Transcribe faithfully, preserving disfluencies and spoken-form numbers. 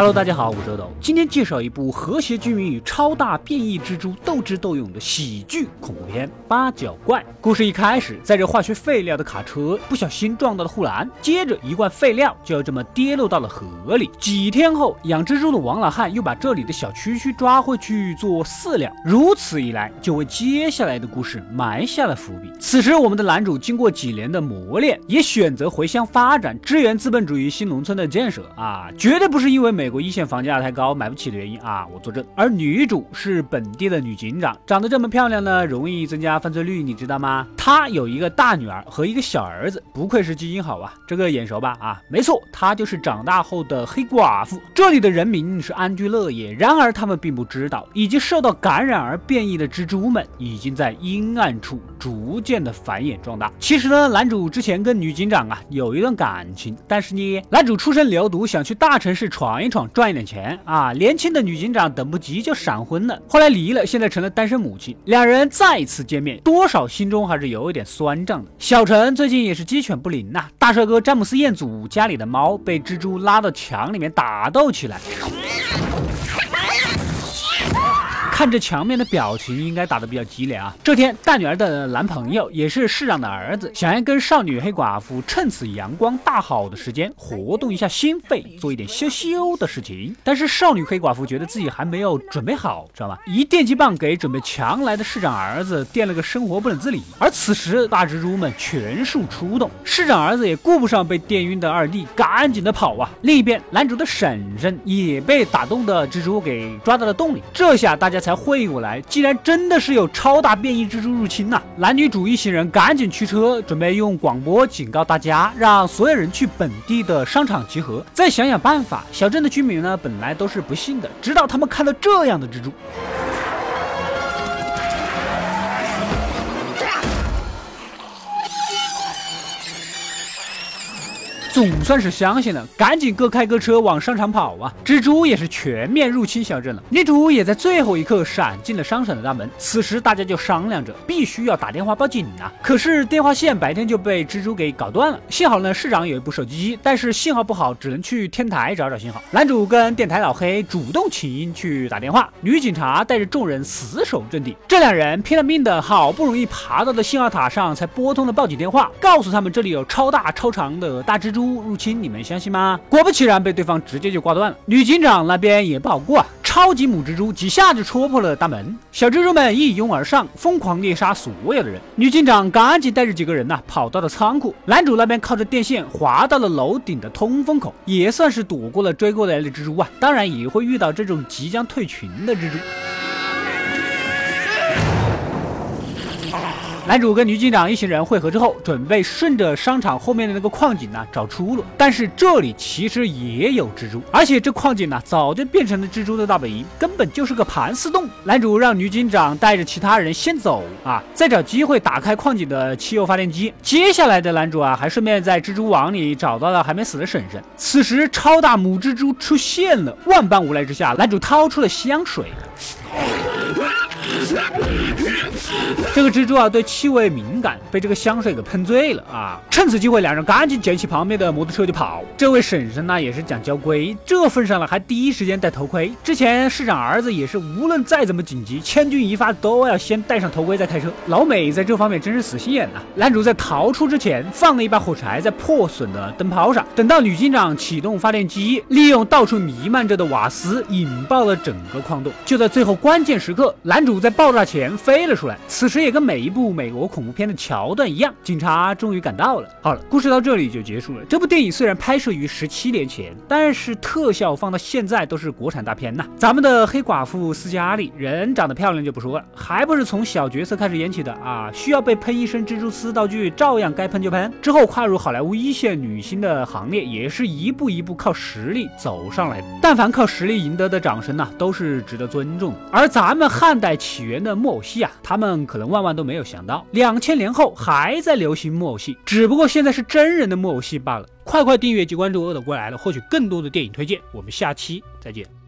Hello， 大家好，我是周斗，今天介绍一部和谐居民与超大变异蜘蛛斗智斗勇的喜剧恐怖片《八角怪》。故事一开始，在这化学废料的卡车不小心撞到了护栏，接着一罐废料就这么跌落到了河里。几天后，养蜘蛛的王老汉又把这里的小蛐蛐抓回去做饲料，如此一来，就为接下来的故事埋下了伏笔。此时，我们的男主经过几年的磨练，也选择回乡发展，支援资本主义新农村的建设啊，绝对不是因为美国一线房价太高买不起的原因啊，我作证。而女主是本地的女警长，长得这么漂亮呢，容易增加犯罪率，你知道吗？她有一个大女儿和一个小儿子，不愧是基因好啊，这个眼熟吧？啊，没错，她就是长大后的黑寡妇。这里的人民是安居乐业，然而他们并不知道，已经受到感染而变异的蜘蛛们已经在阴暗处逐渐的繁衍壮大。其实呢，男主之前跟女警长啊有一段感情，但是呢，男主出身流毒，想去大城市闯一闯，赚一点钱啊。年轻的女警长等不及就闪婚了，后来离了，现在成了单身母亲。两人再次见面，多少心中还是有一点酸胀的。小陈最近也是鸡犬不宁呐、啊，大帅哥詹姆斯彦祖家里的猫被蜘蛛拉到墙里面打斗起来。看着墙面的表情，应该打得比较激烈啊。这天，大女儿的男朋友也是市长的儿子，想要跟少女黑寡妇趁此阳光大好的时间活动一下心肺，做一点羞羞的事情。但是少女黑寡妇觉得自己还没有准备好，知道吗？一电击棒给准备强来的市长儿子电了个生活不能自理。而此时，大蜘蛛们全数出动，市长儿子也顾不上被电晕的二弟，赶紧的跑啊。另一边，男主的婶婶也被打动的蜘蛛给抓到了洞里。这下大家才会过来，既然真的是有超大变异蜘蛛入侵呐、啊！男女主一行人赶紧驱车，准备用广播警告大家，让所有人去本地的商场集合，再想想办法。小镇的居民呢，本来都是不信的，直到他们看到这样的蜘蛛。总算是相信了，赶紧各开各车往商场跑啊！蜘蛛也是全面入侵小镇了，女主也在最后一刻闪进了商场的大门。此时大家就商量着，必须要打电话报警啊！可是电话线白天就被蜘蛛给搞断了。幸好呢，市长有一部手机，但是信号不好，只能去天台找找信号。男主跟电台老黑主动请缨去打电话，女警察带着众人死守阵地。这两人拼了命的，好不容易爬到的信号塔上，才拨通了报警电话，告诉他们这里有超大超长的大蜘蛛入侵，你们相信吗？果不其然，被对方直接就挂断了。女警长那边也不好过啊，超级母蜘蛛几下就戳破了大门，小蜘蛛们一拥而上，疯狂猎杀所有的人。女警长赶紧带着几个人呐、啊、跑到了仓库，男主那边靠着电线滑到了楼顶的通风口，也算是躲过了追过来的蜘蛛啊。当然也会遇到这种即将退群的蜘蛛。男主跟女警长一行人会合之后，准备顺着商场后面的那个矿井呢找出路。但是这里其实也有蜘蛛，而且这矿井呢早就变成了蜘蛛的大本营，根本就是个盘丝洞。男主让女警长带着其他人先走啊，再找机会打开矿井的汽油发电机。接下来的男主啊，还顺便在蜘蛛网里找到了还没死的婶婶。此时超大母蜘蛛出现了，万般无奈之下，男主掏出了香水。这个蜘蛛啊对气味敏感，被这个香水给喷醉了啊！趁此机会，两人赶紧捡起旁边的摩托车就跑。这位婶婶呢也是讲交规，这份上了还第一时间戴头盔。之前市长儿子也是无论再怎么紧急，千钧一发都要先戴上头盔再开车。老美在这方面真是死心眼呐、啊！男主在逃出之前放了一把火柴在破损的灯泡上，等到女警长启动发电机，利用到处弥漫着的瓦斯引爆了整个矿洞。就在最后关键时刻，男主在爆炸前飞了出来。此时也跟每一部美国恐怖片的桥段一样，警察终于赶到了。好了，故事到这里就结束了。这部电影虽然拍摄于十七年前，但是特效放到现在都是国产大片呐。咱们的黑寡妇斯嘉丽人长得漂亮就不说了，还不是从小角色开始演起的啊？需要被喷一身蜘蛛丝道具，照样该喷就喷。之后跨入好莱坞一线女星的行列，也是一步一步靠实力走上来的。但凡靠实力赢得的掌声呐、啊，都是值得尊重的。而咱们汉代起源的木偶戏啊，他们可能万万都没有想到，两千年后还在流行木偶戏，只不过现在是真人的木偶戏罢了。快快订阅及关注恶斗归来了，获取更多的电影推荐。我们下期再见。